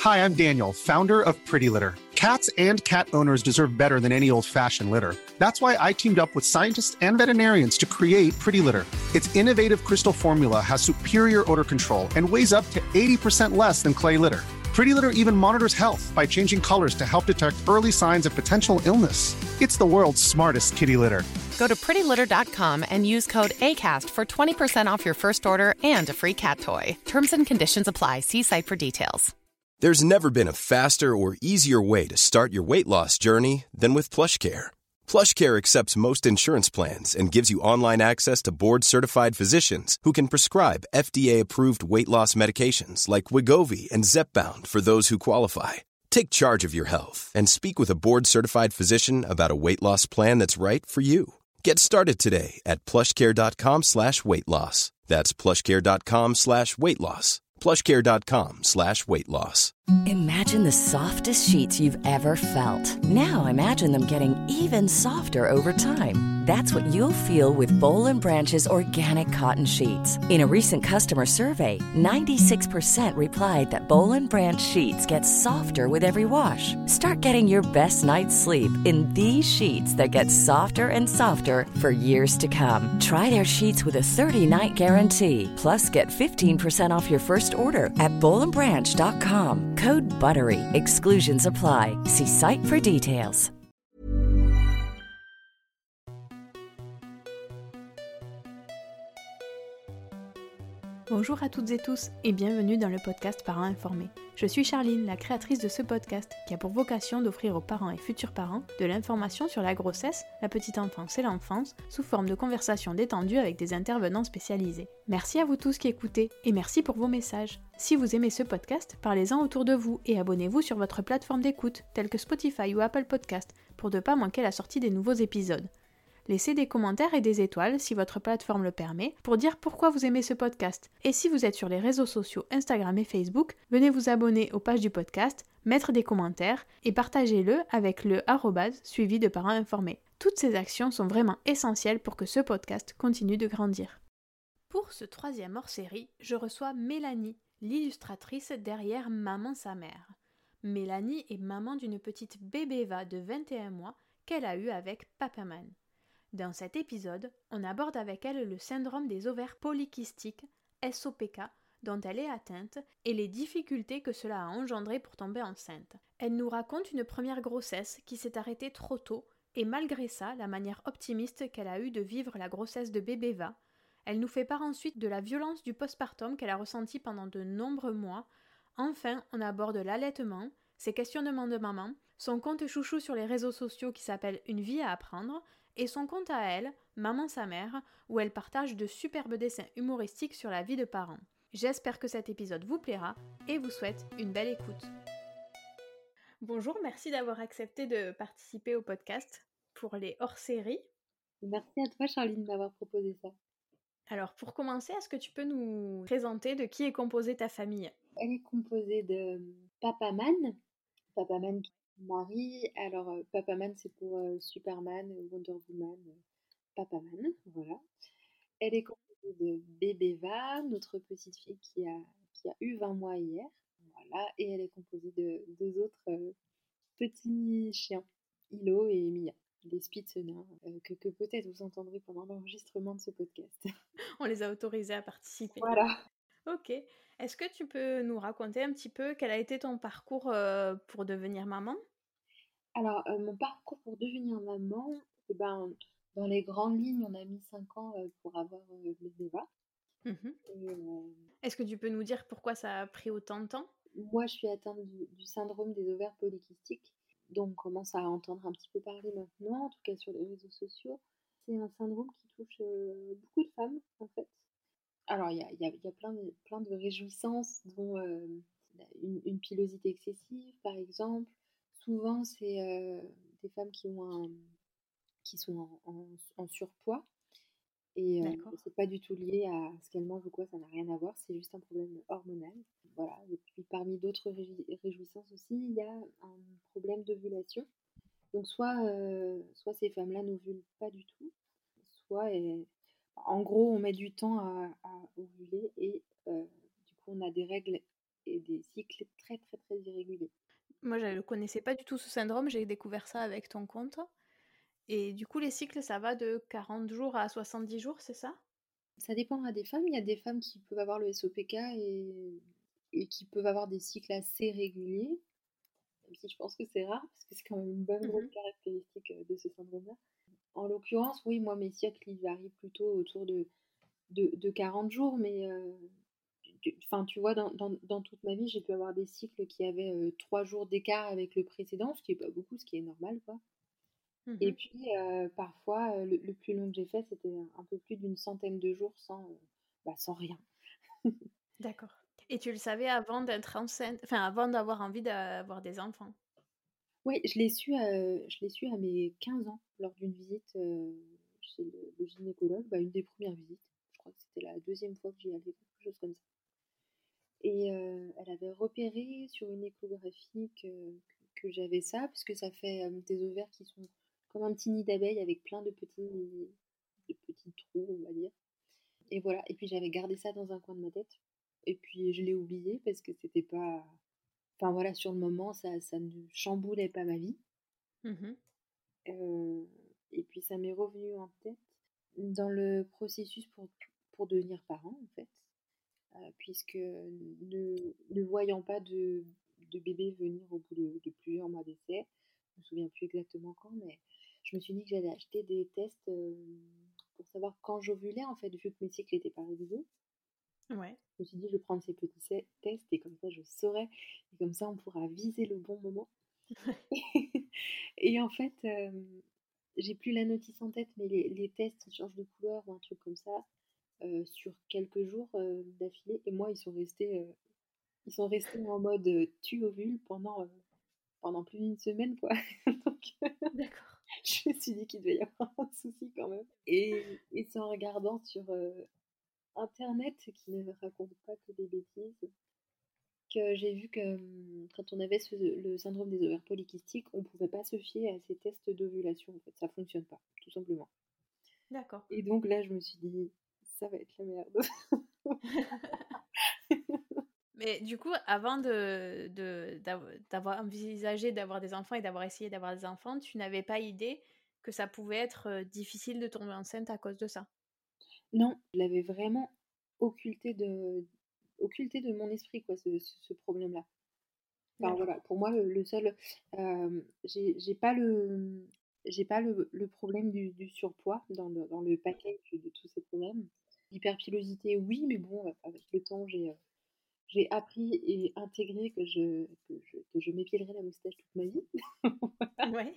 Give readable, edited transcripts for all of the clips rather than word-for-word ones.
Hi, I'm Daniel, founder of Pretty Litter. Cats and cat owners deserve better than any old-fashioned litter. That's why I teamed up with scientists and veterinarians to create Pretty Litter. Its innovative crystal formula has superior odor control and weighs up to 80% less than clay litter. Pretty Litter even monitors health by changing colors to help detect early signs of potential illness. It's the world's smartest kitty litter. Go to prettylitter.com and use code ACAST for 20% off your first order and a free cat toy. Terms and conditions apply. See site for details. There's never been a faster or easier way to start your weight loss journey than with PlushCare. PlushCare accepts most insurance plans and gives you online access to board-certified physicians who can prescribe FDA-approved weight loss medications like Wegovy and Zepbound for those who qualify. Take charge of your health and speak with a board-certified physician about a weight loss plan that's right for you. Get started today at plushcare.com/weight loss. That's plushcare.com/weight loss. plushcare.com/weight loss. Imagine the softest sheets you've ever felt. Now imagine them getting even softer over time. That's what you'll feel with Boll & Branch's organic cotton sheets. In a recent customer survey, 96% replied that Boll & Branch sheets get softer with every wash. Start getting your best night's sleep in these sheets that get softer and softer for years to come. Try their sheets with a 30-night guarantee. Plus, get 15% off your first order at bollandbranch.com. Code BUTTERY. Exclusions apply. See site for details. Bonjour à toutes et tous et bienvenue dans le podcast Parents Informés. Je suis Charline, la créatrice de ce podcast qui a pour vocation d'offrir aux parents et futurs parents de l'information sur la grossesse, la petite enfance et l'enfance sous forme de conversations détendues avec des intervenants spécialisés. Merci à vous tous qui écoutez et merci pour vos messages. Si vous aimez ce podcast, parlez-en autour de vous et abonnez-vous sur votre plateforme d'écoute telle que Spotify ou Apple Podcast pour ne pas manquer la sortie des nouveaux épisodes. Laissez des commentaires et des étoiles si votre plateforme le permet pour dire pourquoi vous aimez ce podcast. Et si vous êtes sur les réseaux sociaux Instagram et Facebook, venez vous abonner aux pages du podcast, mettre des commentaires et partagez-le avec le @ suivi de parents informés. Toutes ces actions sont vraiment essentielles pour que ce podcast continue de grandir. Pour ce 3e hors-série, je reçois Mélanie, l'illustratrice derrière Maman sa mère. Mélanie est maman d'une petite bébéva de 21 mois qu'elle a eue avec Papaman. Dans cet épisode, on aborde avec elle le syndrome des ovaires polykystiques, SOPK, dont elle est atteinte, et les difficultés que cela a engendré pour tomber enceinte. Elle nous raconte une première grossesse qui s'est arrêtée trop tôt, et malgré ça, la manière optimiste qu'elle a eue de vivre la grossesse de bébéva. Elle nous fait part ensuite de la violence du postpartum qu'elle a ressenti pendant de nombreux mois. Enfin, on aborde l'allaitement, ses questionnements de maman, son compte chouchou sur les réseaux sociaux qui s'appelle Une vie à apprendre, et son compte à elle, Maman sa mère, où elle partage de superbes dessins humoristiques sur la vie de parents. J'espère que cet épisode vous plaira et vous souhaite une belle écoute. Bonjour, merci d'avoir accepté de participer au podcast pour les hors-séries. Merci à toi Charline d'avoir proposé ça. Alors pour commencer, est-ce que tu peux nous présenter de qui est composée ta famille ? Elle est composée de Papaman qui est mon mari. Alors Papaman c'est pour Superman, Wonder Woman, Papaman, voilà. Elle est composée de Bébéva, notre petite fille qui a eu 20 mois hier, voilà. Et elle est composée de 2 autres petits chiens, Ilo et Mia. Les Spitzeners, que peut-être vous entendrez pendant l'enregistrement de ce podcast. On les a autorisés à participer. Voilà. Ok. Est-ce que tu peux nous raconter un petit peu quel a été ton parcours pour devenir maman ? Alors, mon parcours pour devenir maman, dans les grandes lignes, on a mis 5 ans pour avoir Bébéva. Est-ce que tu peux nous dire pourquoi ça a pris autant de temps ? Moi, je suis atteinte du syndrome des ovaires polykystiques. Donc, on commence à entendre un petit peu parler maintenant, en tout cas sur les réseaux sociaux. C'est un syndrome qui touche beaucoup de femmes, en fait. Alors, il y a plein de réjouissances, dont une pilosité excessive, par exemple. Souvent, c'est des femmes qui sont en surpoids. Et c'est pas du tout lié à ce qu'elles mangent ou quoi, ça n'a rien à voir, c'est juste un problème hormonal. Voilà. Et puis parmi d'autres réjouissances aussi, il y a un problème d'ovulation. Donc soit ces femmes-là n'ovulent pas du tout, soit en gros on met du temps à ovuler et du coup on a des règles et des cycles très très très irréguliers. Moi, je ne connaissais pas du tout ce syndrome, j'ai découvert ça avec ton compte. Et du coup, les cycles, ça va de 40 jours à 70 jours, c'est ça? Ça dépendra des femmes. Il y a des femmes qui peuvent avoir le SOPK et qui peuvent avoir des cycles assez réguliers, même si je pense que c'est rare, parce que c'est quand même une bonne grosse caractéristique de ce syndrome-là. En l'occurrence, oui, moi, mes cycles, ils varient plutôt autour de 40 jours, mais enfin, tu vois, dans toute ma vie, j'ai pu avoir des cycles qui avaient 3 jours d'écart avec le précédent, ce qui est pas beaucoup, ce qui est normal, quoi. Et puis, parfois, le plus long que j'ai fait, c'était un peu plus d'une centaine de jours sans rien. D'accord. Et tu le savais avant d'être enceinte, enfin avant d'avoir envie d'avoir des enfants? Oui, je l'ai su à mes 15 ans, lors d'une visite chez le gynécologue, une des premières visites. Je crois que c'était la deuxième fois que j'y allais, quelque chose comme ça. Et elle avait repéré sur une échographie que j'avais ça, puisque ça fait des ovaires qui sont comme un petit nid d'abeille avec plein de petits trous, on va dire. Et voilà, et puis j'avais gardé ça dans un coin de ma tête. Et puis je l'ai oublié parce que c'était pas. Enfin voilà, sur le moment, ça ne chamboulait pas ma vie. Mmh. Euh, et puis ça m'est revenu en tête dans le processus pour devenir parent, en fait. Puisque ne voyant pas de bébé venir au bout de plusieurs mois d'essai, je me souviens plus exactement quand, mais je me suis dit que j'allais acheter des tests pour savoir quand j'ovulais, en fait, vu que mes cycles n'étaient pas réguliers. Ouais. Je me suis dit, je vais prendre ces petits tests et comme ça, je saurai. Et comme ça, on pourra viser le bon moment. Et en fait, j'ai plus la notice en tête, mais les tests, ils changent de couleur ou un truc comme ça sur quelques jours d'affilée. Et moi, ils sont restés en mode tu ovules pendant plus d'une semaine, quoi. Donc, D'accord. je me suis dit qu'il devait y avoir un souci quand même. Et c'est en regardant sur Internet, qui ne raconte pas que des bêtises, que j'ai vu que quand on avait le syndrome des ovaires polykystiques, on ne pouvait pas se fier à ces tests d'ovulation. En fait, ça fonctionne pas, tout simplement. D'accord. Et donc là, je me suis dit, ça va être la merde. Mais du coup, avant d'avoir envisagé d'avoir des enfants et d'avoir essayé d'avoir des enfants, tu n'avais pas idée que ça pouvait être difficile de tomber enceinte à cause de ça? Non, je l'avais vraiment occulté de mon esprit, quoi, ce problème-là. Enfin D'accord. voilà, pour moi, le seul, j'ai pas le problème du surpoids dans le package de tous ces problèmes. L'hyperpilosité, oui, mais bon, avec le temps, j'ai appris et intégré que je m'épilerais la moustache toute ma vie. Ouais.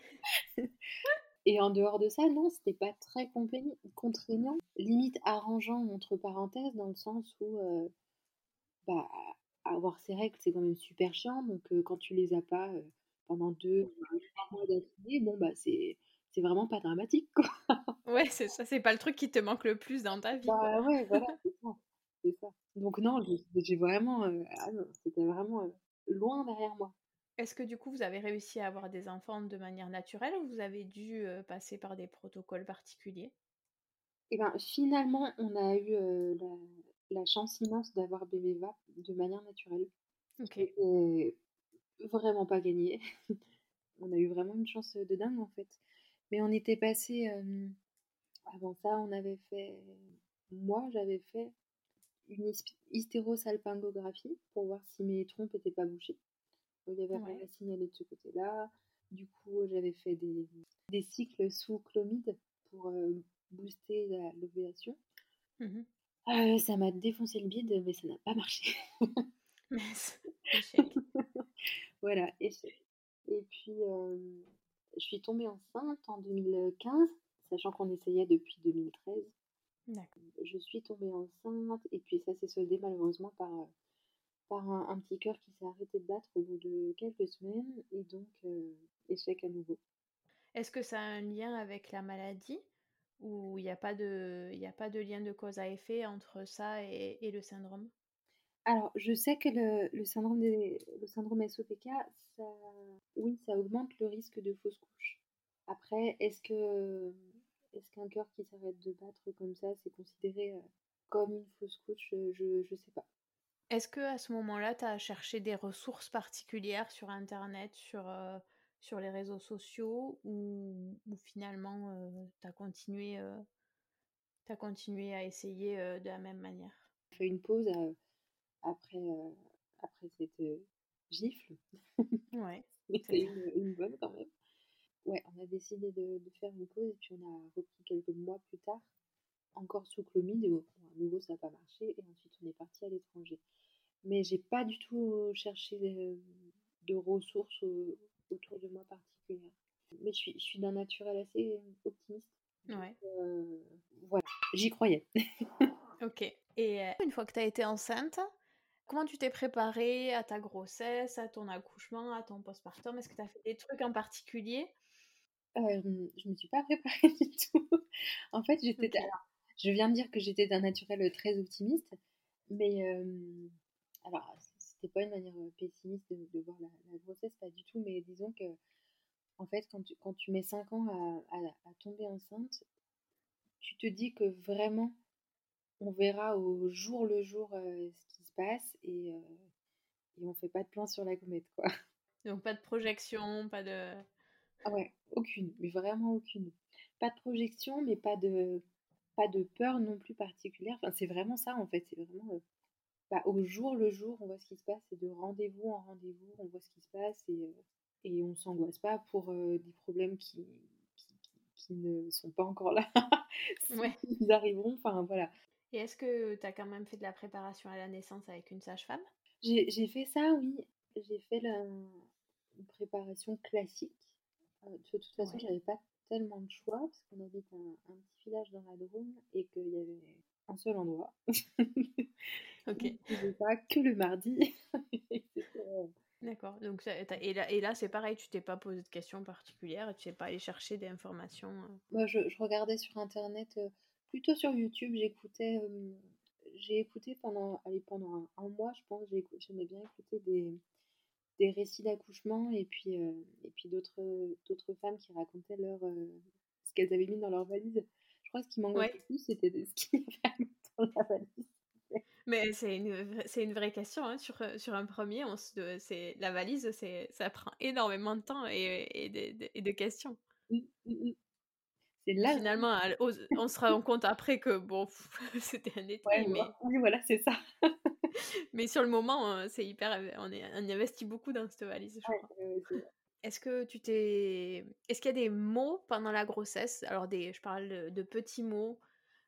Et en dehors de ça, non, c'était pas très contraignant, limite arrangeant entre parenthèses, dans le sens où bah, avoir ses règles, c'est quand même super chiant. Donc, quand tu les as pas pendant 2 ou 3 mois d'affilée, bon, c'est vraiment pas dramatique, quoi. Ouais, c'est ça, c'est pas le truc qui te manque le plus dans ta vie, quoi. Bah ouais, voilà, c'est ça. C'est ça. Donc, non, j'ai vraiment. Ah non, c'était vraiment loin derrière moi. Est-ce que du coup, vous avez réussi à avoir des enfants de manière naturelle ou vous avez dû passer par des protocoles particuliers? Et ben finalement, on a eu la chance immense d'avoir BBVA de manière naturelle, qui Ok. était vraiment pas gagné. On a eu vraiment une chance de dingue, en fait. Mais on était passé. Avant ça, moi, j'avais fait une hystérosalpingographie pour voir si mes trompes n'étaient pas bouchées. Il n'y avait rien Ouais. à signaler de ce côté-là. Du coup, j'avais fait des cycles sous chlomide pour booster l'ovulation. Mhm. Ça m'a défoncé le bide, mais ça n'a pas marché. Mince. Échec. Voilà, échec. Et puis, je suis tombée enceinte en 2015, sachant qu'on essayait depuis 2013. D'accord. Je suis tombée enceinte et puis ça s'est soldé malheureusement par un petit cœur qui s'est arrêté de battre au bout de quelques semaines et donc échec à nouveau. Est-ce que ça a un lien avec la maladie ou il y a pas de lien de cause à effet entre ça et le syndrome? Alors, je sais que le syndrome SOPK, ça, oui, ça augmente le risque de fausse couche. Après, est-ce qu'un cœur qui s'arrête de battre comme ça, c'est considéré comme une fausse couche? Je sais pas. Est-ce que à ce moment-là, tu as cherché des ressources particulières sur internet, sur les réseaux sociaux ou finalement, tu as continué à essayer, de la même manière? On fait une pause, après, après cette, gifle. Ouais, C'était c'est une bonne quand même. Ouais, on a décidé de faire une pause et puis on a repris quelques mois plus tard, encore sous Clomid et bon, à nouveau ça n'a pas marché et ensuite on est parti à l'étranger. Mais j'ai pas du tout cherché de ressources autour de moi particulières. Mais je suis d'un naturel assez optimiste. Donc, ouais, voilà, j'y croyais. OK. Et une fois que tu as été enceinte, comment tu t'es préparée à ta grossesse, à ton accouchement, à ton postpartum? Est-ce que tu as fait des trucs en particulier? Je me suis pas préparée du tout. En fait, OK. je viens de dire que j'étais d'un naturel très optimiste, mais alors c'était pas une manière pessimiste de voir la grossesse, pas du tout, mais disons que en fait, quand tu mets 5 ans à tomber enceinte, tu te dis que vraiment on verra au jour le jour ce qui se passe et on fait pas de plan sur la comète, quoi. Donc pas de projection, pas de Ah ouais, aucune, mais vraiment aucune. Pas de projection, mais pas de peur non plus particulière. Enfin, c'est vraiment ça en fait. C'est vraiment bah, au jour le jour, on voit ce qui se passe. Et de rendez-vous en rendez-vous, on voit ce qui se passe et on s'angoisse pas pour des problèmes qui ne sont pas encore là. ouais. Ils arriveront. Enfin voilà. Et est-ce que tu as quand même fait de la préparation à la naissance avec une sage-femme? J'ai fait ça, oui. J'ai fait une préparation classique. De toute façon, Ouais. j'avais pas tellement de choix parce qu'on habite un petit village dans la Drôme et qu'il y avait un seul endroit. On OK. ne faisait pas que le mardi. Et c'était, D'accord. Donc ça et là, c'est pareil, tu t'es pas posé de questions particulières et tu es pas allé chercher des informations, moi, je regardais sur internet, plutôt sur YouTube. J'ai écouté pendant un mois, je pense. J'aimais bien écouter des récits d'accouchement et puis d'autres femmes qui racontaient ce qu'elles avaient mis dans leur valise. Je crois que ce qui m'angoissait Ouais, le plus, c'était ce qu'il y avait à mettre dans la valise. mais c'est une vraie question, hein, sur un premier, c'est la valise, ça prend énormément de temps et de questions. Mmh, mmh, mmh. C'est Et là finalement, on se rend compte après que bon, c'était un ouais, détail, bon, mais oui, voilà, c'est ça. sur le moment, c'est hyper, on y investit beaucoup dans cette valise, je Ouais, crois. c'est vrai. Est-ce qu'il y a des mots pendant la grossesse, alors je parle de petits mots,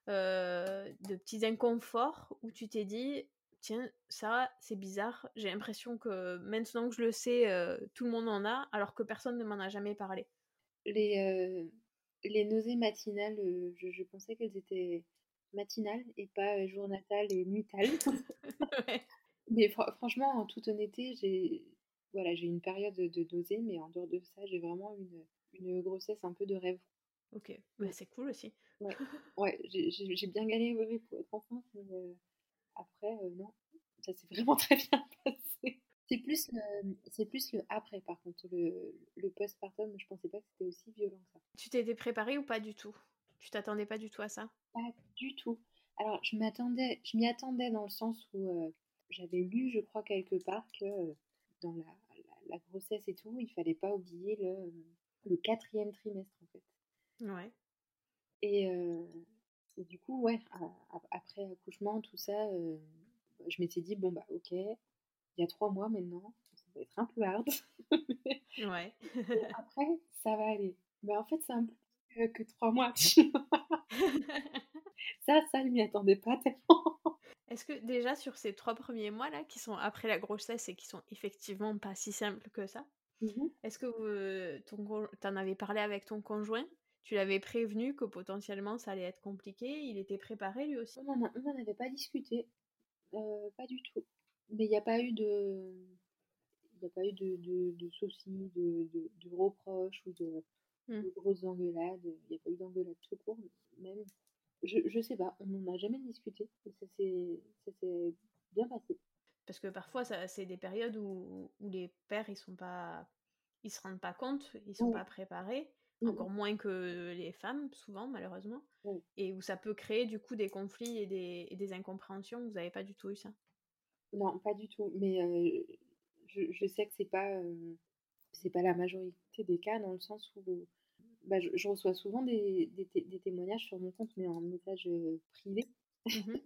de petits inconforts où tu t'es dit: «Tiens, ça, c'est bizarre, j'ai l'impression que maintenant que je le sais, tout le monde en a, alors que personne ne m'en a jamais parlé». Les, les nausées matinales, je pensais qu'elles étaient matinales et pas journatales et nuitales. Ouais, Mais franchement, en toute honnêteté, j'ai eu une période de nausées, mais en dehors de ça, j'ai vraiment eu une grossesse un peu de rêve. OK, bah, Mmh, c'est cool aussi. ouais, ouais, j'ai bien galéré pour être enceinte, mais après, non, ça s'est vraiment très bien passé. C'est plus le après, par contre, le postpartum, je pensais pas que c'était aussi violent que ça. Tu t'étais préparée ou pas du tout? Tu t'attendais pas du tout à ça? Pas du tout. Alors, je m'y attendais dans le sens où j'avais lu, je crois, quelque part que dans la grossesse et tout, il fallait pas oublier le quatrième trimestre, en fait. Ouais. Et, et du coup, ouais, après accouchement, tout ça, je m'étais dit, bon, bah, ok, il y a 3 mois maintenant, ça va être un peu hard. Ouais. Et après, ça va aller. Mais en fait, c'est un peu plus que 3 mois. Tu vois. Ça, je m'y attendais pas tellement. Est-ce que déjà sur ces 3 premiers mois-là, qui sont après la grossesse et qui sont effectivement pas si simples que ça, Mhm. est-ce que, tu avais parlé avec ton conjoint? Tu l'avais prévenu que potentiellement ça allait être compliqué? Il était préparé lui aussi? On n'en avait pas discuté, pas du tout. Mais il n'y a pas eu de soucis, de reproches ou Mmh. de grosses engueulades. Il n'y a pas eu d'engueulade tout court, même. Je sais pas, on n'en a jamais discuté. Et ça s'est bien passé. Parce que parfois ça c'est des périodes où les pères ils se rendent pas compte, ils sont Ouais. pas préparés, Mm, encore moins que les femmes souvent malheureusement, ouais. et où ça peut créer du coup des conflits et des incompréhensions. Vous avez pas du tout eu ça? Non, pas du tout. Mais je sais que c'est pas la majorité des cas, dans le sens où bah, je reçois souvent des témoignages sur mon compte, mais en message privé, Mhm.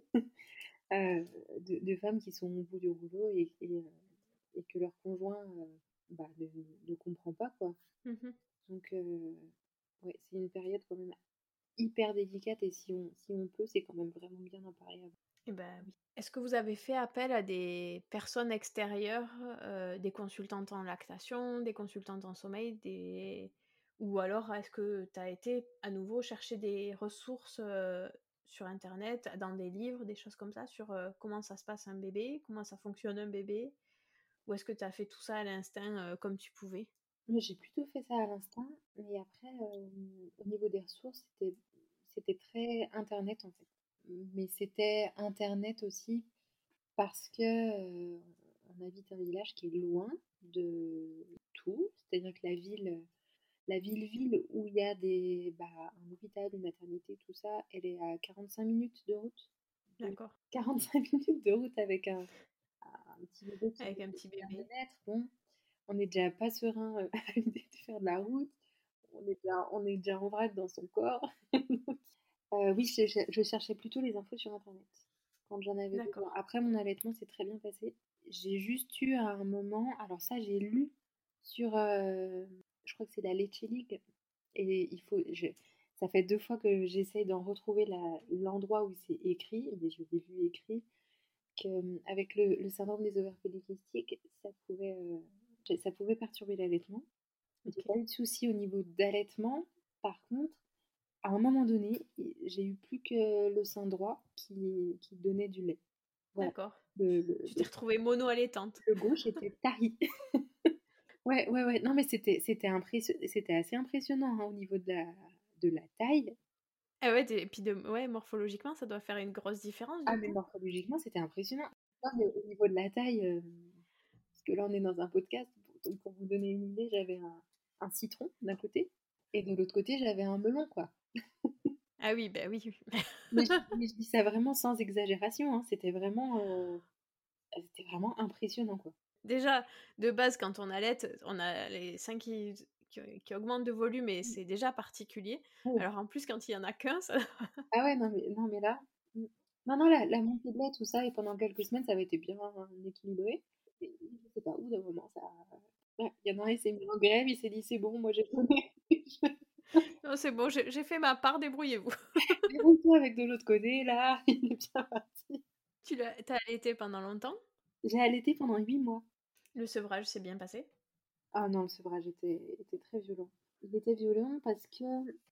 de femmes qui sont au bout du rouleau et que leur conjoint bah, ne comprend pas, quoi. Mhm. Donc, ouais, c'est une période quand même hyper délicate et si on peut, c'est quand même vraiment bien d'en parler avant. Eh ben oui. Est-ce que vous avez fait appel à des personnes extérieures, des consultantes en lactation, des consultantes en sommeil, ou alors est-ce que tu as été à nouveau chercher des ressources sur Internet, dans des livres, des choses comme ça, sur comment ça se passe un bébé, comment ça fonctionne un bébé, ou est-ce que tu as fait tout ça à l'instinct comme tu pouvais? Mais j'ai plutôt fait ça à l'instinct, mais après, au niveau des ressources, c'était très internet, en fait. Mais c'était internet aussi parce que, on habite un village qui est loin de tout. C'est-à-dire que la ville où il y a un hôpital, une maternité, tout ça, elle est à 45 minutes de route. Donc D'accord. 45 minutes de route avec un petit bébé qui Avec un petit vient de bébé. naître, bon, on n'est déjà pas serein à l'idée de faire de la route. On est déjà en vrac dans son corps. Oui, je cherchais plutôt les infos sur internet quand j'en avais besoin. D'accord. Après, mon allaitement s'est très bien passé. J'ai juste eu à un moment, alors ça, j'ai lu sur, je crois que c'est la Leche League, et ça fait 2 fois que j'essaye d'en retrouver l'endroit où c'est écrit, mais je l'ai vu écrit, qu'avec le syndrome des ovaires polykystiques, ça pouvait perturber l'allaitement. J'ai Ok. pas eu de soucis au niveau d'allaitement. Par contre, à un moment donné, j'ai eu plus que le sein droit qui donnait du lait. Voilà. D'accord. Le, le- Tu t'es le- retrouvée mono-allaitante. le gauche était tari. Ouais, ouais, ouais. Non, mais c'était assez impressionnant hein, au niveau de la taille. Ah ouais, et puis ouais, morphologiquement, ça doit faire une grosse différence Ah, du mais coup. morphologiquement, c'était impressionnant. Non, mais au niveau de la taille, parce que là, on est dans un podcast, donc pour vous donner une idée, j'avais un citron d'un côté, et de l'autre côté, j'avais un melon, quoi. Ah oui, bah oui. Mais je dis ça vraiment sans exagération, hein, c'était vraiment impressionnant, quoi. Déjà, de base, quand on allaite, on a les seins qui augmentent de volume et c'est déjà particulier. Ouais. Alors en plus, quand il y en a qu'un, ça... Ah ouais, non, mais là, non, non, la montée de lait, tout ça, et pendant quelques semaines, ça avait été bien équilibré. Et je sais pas où, d'un moment, ça. Ouais, il y en a un, il s'est mis en grève, il s'est dit, c'est bon, moi j'ai donné. Non, c'est bon, j'ai fait ma part, débrouillez-vous. Débrouille-toi avec de l'autre côté, là, il est bien parti. T'as allaité pendant longtemps? J'ai allaité pendant 8 mois. Le sevrage s'est bien passé? Ah non, le sevrage était très violent. Il était violent parce que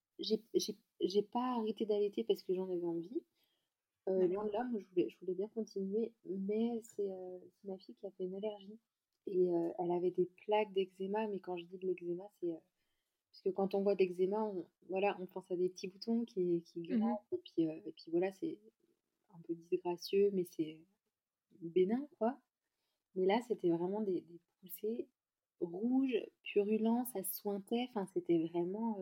j'ai pas arrêté d'allaiter parce que j'en avais envie. Loin de D'accord. là, moi je voulais bien continuer, mais c'est ma fille qui a fait une allergie. Et elle avait des plaques d'eczéma, mais quand je dis de l'eczéma, parce que quand on voit de l'eczéma, voilà, on pense à des petits boutons qui Mhm. grattent, et puis voilà, c'est un peu disgracieux, mais c'est bénin, quoi. Mais là, c'était vraiment des poussées rouges, purulents, ça suintait, enfin, c'était vraiment,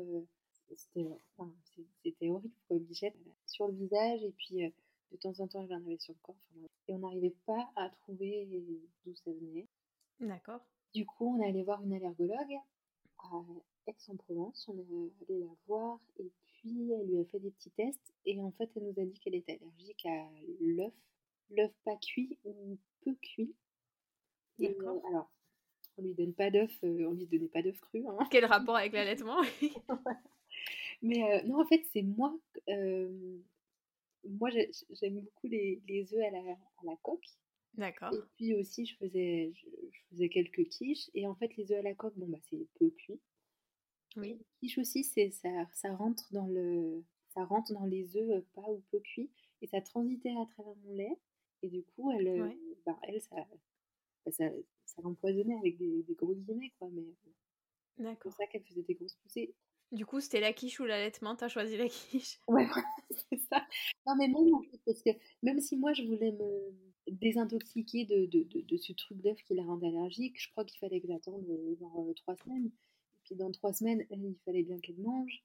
c'était horrible, quoi, Bichette, sur le visage, et puis de temps en temps, elle en avait sur le corps, enfin, bref. Et on n'arrivait pas à trouver d'où ça venait. D'accord. Du coup, on est allé voir une allergologue à Aix-en-Provence, on est allé la voir, et puis elle lui a fait des petits tests, et en fait, elle nous a dit qu'elle était allergique à l'œuf, l'œuf pas cuit ou peu cuit. Et D'accord. alors, on lui donne pas d'œufs, on lui donnait pas d'œufs crus, hein. Quel rapport avec l'allaitement? Mais non, en fait, c'est moi, moi j'aime beaucoup les œufs à la coque. D'accord. Et puis aussi, je faisais quelques quiches. Et en fait, les œufs à la coque, bon, bah, c'est peu cuit. Et Oui. les quiches aussi, ça rentre dans les œufs pas ou peu cuits. Et ça transitait à travers mon lait. Et du coup, Ouais. bah, ça, ça l'empoisonnait avec des gros guillemets, quoi. Mais c'est pour D'accord. ça qu'elle faisait des grosses poussées. Du coup, c'était la quiche ou l'allaitement? T'as choisi la quiche? Ouais, voilà, c'est ça. Non, mais même en fait, parce que même si moi je voulais me désintoxiquer de ce truc d'œuf qui la rendait allergique, je crois qu'il fallait que j'attende genre 3 semaines. Et puis dans 3 semaines, elle, il fallait bien qu'elle mange.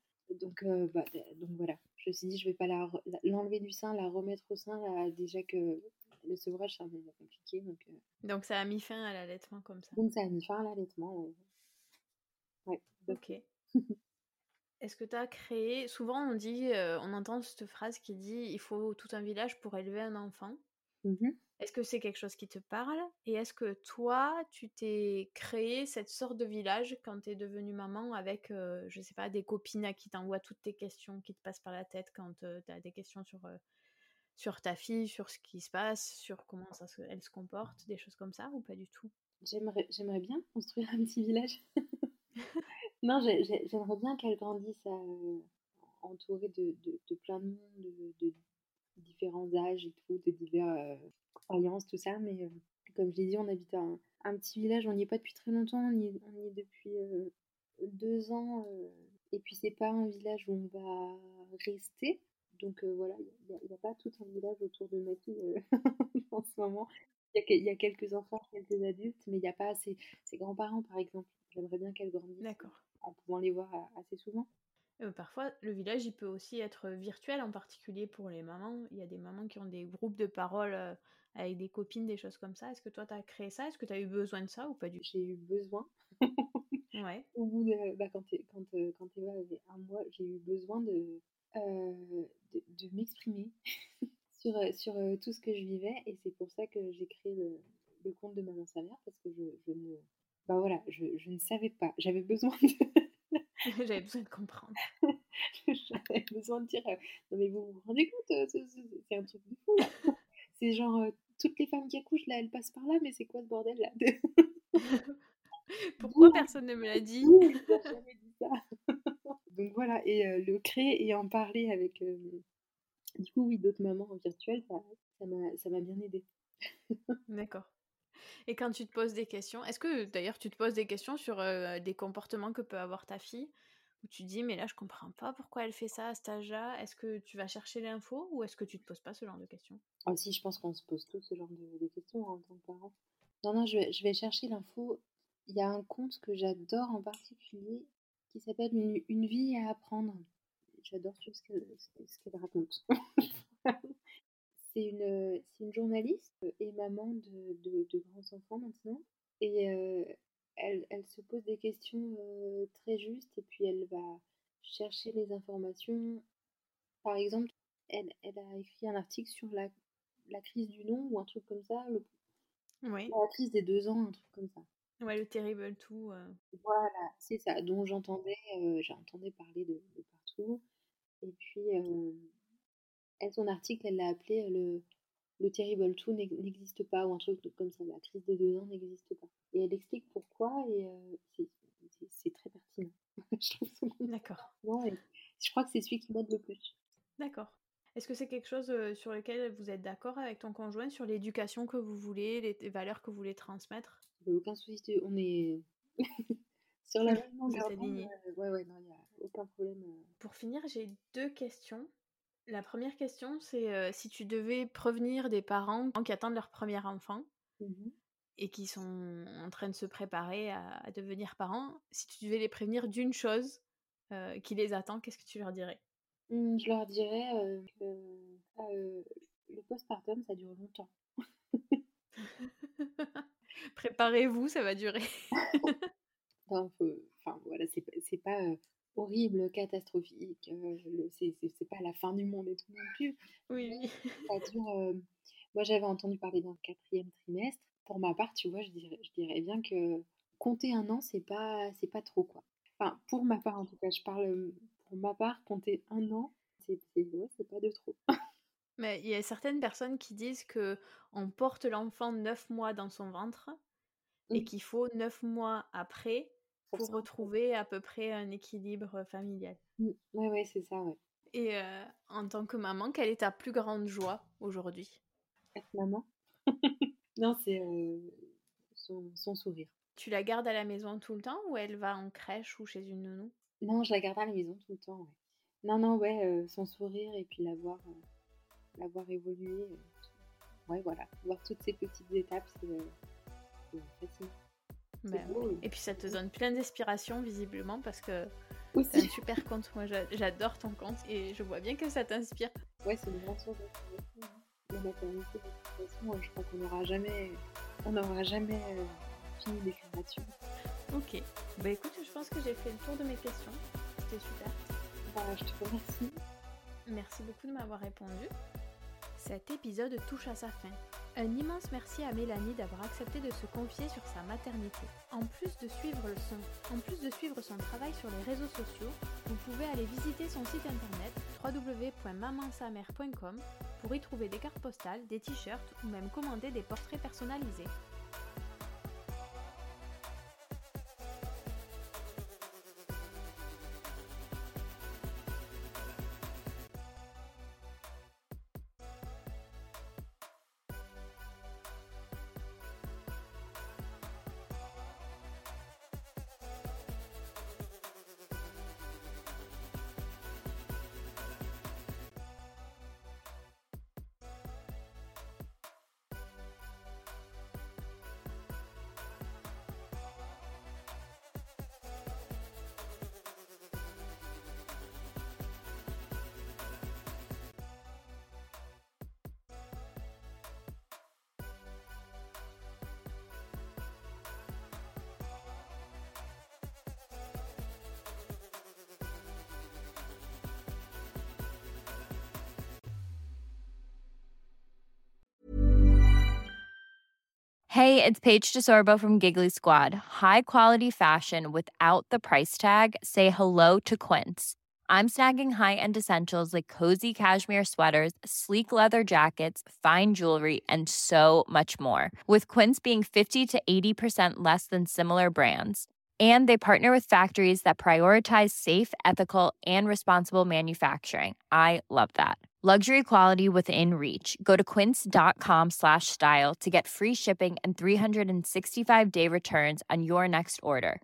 Donc voilà, je me suis dit, je vais pas l'enlever du sein, la remettre au sein, là, déjà que le sevrage, c'est un moment compliqué. Donc ça a mis fin à l'allaitement comme ça. Donc ça a mis fin à l'allaitement, ouais. Ok. Est-ce que tu as créé... Souvent on dit, on entend cette phrase qui dit « il faut tout un village pour élever un enfant ». Est-ce que c'est quelque chose qui te parle? Et est-ce que toi, tu t'es créé cette sorte de village quand t'es devenue maman avec, je sais pas, des copines à qui t'envoient toutes tes questions qui te passent par la tête quand t'as des questions sur ta fille, sur ce qui se passe, sur comment elle se comporte, des choses comme ça, ou pas du tout? J'aimerais bien construire un petit village. Non, j'aimerais bien qu'elle grandisse entourée de plein de monde, de différents âges et tout, de diverses croyances, tout ça. Mais comme je l'ai dit, on habite un petit village, on n'y est pas depuis très longtemps, on y est depuis 2 ans. Et puis c'est pas un village où on va rester. Donc voilà, il n'y a pas tout un village autour de ma fille en ce moment. Il y a quelques enfants, quelques adultes, mais il n'y a pas ses grands-parents, par exemple. J'aimerais bien qu'elle grandisse en pouvant les voir assez souvent. Parfois, le village, il peut aussi être virtuel, en particulier pour les mamans. Il y a des mamans qui ont des groupes de parole avec des copines, des choses comme ça. Est-ce que toi, tu as créé ça? Est-ce que tu as eu besoin de ça ou pas du tout? J'ai eu besoin. Ouais. Au bout de... quand Eva avait 1 mois, j'ai eu besoin de m'exprimer sur tout ce que je vivais. Et c'est pour ça que j'ai créé le compte de Maman sa mère, parce que je ne savais pas. J'avais besoin de... J'avais besoin de comprendre. J'avais besoin de dire non mais vous rendez compte, c'est un truc de fou là. C'est genre toutes les femmes qui accouchent là, elles passent par là, mais c'est quoi ce bordel là? Pourquoi personne ne me l'a dit? Oui, il n'a jamais dit ça. Donc voilà, et le créer et en parler avec du coup oui, d'autres mamans virtuelles, ça m'a bien aidée. D'accord. Et quand tu te poses des questions, est-ce que d'ailleurs tu te poses des questions sur des comportements que peut avoir ta fille, où tu dis mais là je comprends pas pourquoi elle fait ça à cet âge-là? Est-ce que tu vas chercher l'info ou est-ce que tu te poses pas ce genre de questions? Ah si, je pense qu'on se pose tous ce genre de questions en tant que parents. Non, je vais chercher l'info. Il y a un conte que j'adore en particulier qui s'appelle Une vie à apprendre. J'adore ce qu'elle raconte. C'est une journaliste et maman de grands enfants maintenant. Et elle se pose des questions très justes et puis elle va chercher les informations. Par exemple, elle a écrit un article sur la crise du non ou un truc comme ça. Oui. La crise des 2 ans, un truc comme ça. Ouais, le terrible tout. Voilà, c'est ça, dont j'entendais parler de partout. Et puis, son article, elle l'a appelé le terrible tout n'existe pas, ou un truc comme ça, la crise des 2 ans n'existe pas. Et elle explique pourquoi, et c'est très pertinent. Je trouve ça bon. D'accord. Non, et je crois que c'est celui qui m'aide le plus. D'accord. Est-ce que c'est quelque chose sur lequel vous êtes d'accord avec ton conjoint, sur l'éducation que vous voulez, les valeurs que vous voulez transmettre? Il n'y a aucun souci, on est sur la même longueur d'onde. Ouais, non, il n'y a aucun problème. Pour finir, j'ai 2 questions. La première question, c'est si tu devais prévenir des parents qui attendent leur premier enfant et qui sont en train de se préparer à devenir parents, si tu devais les prévenir d'une chose qui les attend, qu'est-ce que tu leur dirais? Je leur dirais que le postpartum, ça dure longtemps. Préparez-vous, ça va durer. Non, enfin voilà, c'est pas horrible, catastrophique, c'est pas la fin du monde et tout non plus. Oui. Ça dure, moi j'avais entendu parler d'un 4e trimestre. Pour ma part, tu vois, je dirais bien que compter 1 an, c'est pas trop, quoi. Enfin, pour ma part en tout cas, je parle pour ma part, compter 1 an, c'est pas de trop. Mais il y a certaines personnes qui disent que on porte l'enfant 9 mois dans son ventre et qu'il faut 9 mois après pour retrouver à peu près un équilibre familial. Ouais, c'est ça, ouais. Et en tant que maman, quelle est ta plus grande joie aujourd'hui? Être maman? Non, c'est son sourire. Tu la gardes à la maison tout le temps ou elle va en crèche ou chez une nounou? Non, je la garde à la maison tout le temps, ouais. Non, ouais, son sourire et puis la voir évoluer. Ouais, voilà. Voir toutes ces petites étapes, c'est fascinant. Bah, ouais. Et puis ça te donne plein d'inspiration visiblement parce que aussi. C'est un super compte. Moi j'adore ton compte et je vois bien que ça t'inspire. Ouais, c'est une grande source. maternité, de toute façon, je crois qu'on n'aura jamais fini d'écrire là-dessus. Ok, bah écoute, je pense que j'ai fait le tour de mes questions. C'était super. Je te remercie. Merci beaucoup de m'avoir répondu. Cet épisode touche à sa fin. Un immense merci à Mélanie d'avoir accepté de se confier sur sa maternité. En plus de suivre son travail sur les réseaux sociaux, vous pouvez aller visiter son site internet www.mamansamère.com pour y trouver des cartes postales, des t-shirts ou même commander des portraits personnalisés. Hey, it's Paige DeSorbo from Giggly Squad. High quality fashion without the price tag. Say hello to Quince. I'm snagging high-end essentials like cozy cashmere sweaters, sleek leather jackets, fine jewelry, and so much more. With Quince being 50 to 80% less than similar brands. And they partner with factories that prioritize safe, ethical, and responsible manufacturing. I love that. Luxury quality within reach. Go to quince.com/style to get free shipping and 365-day returns on your next order.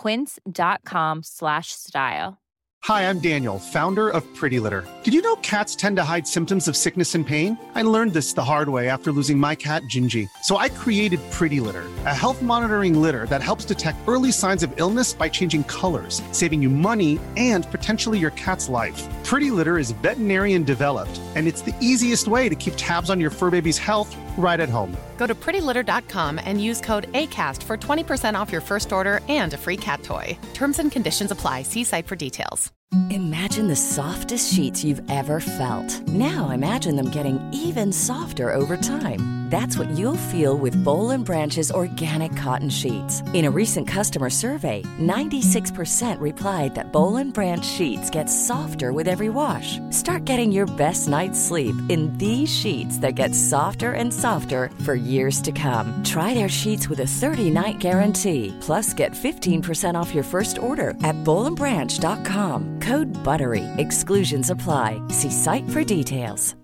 Quince.com/style. Hi, I'm Daniel, founder of Pretty Litter. Did you know cats tend to hide symptoms of sickness and pain? I learned this the hard way after losing my cat, Gingy. So I created Pretty Litter, a health monitoring litter that helps detect early signs of illness by changing colors, saving you money and potentially your cat's life. Pretty Litter is veterinarian developed, and it's the easiest way to keep tabs on your fur baby's health right at home. Go to prettylitter.com and use code ACAST for 20% off your first order and a free cat toy. Terms and conditions apply. See site for details. Imagine the softest sheets you've ever felt. Now imagine them getting even softer over time. That's what you'll feel with Boll & Branch's organic cotton sheets. In a recent customer survey, 96% replied that Boll & Branch sheets get softer with every wash. Start getting your best night's sleep in these sheets that get softer and softer for years to come. Try their sheets with a 30-night guarantee. Plus, get 15% off your first order at bollandbranch.com. Code BUTTERY. Exclusions apply. See site for details.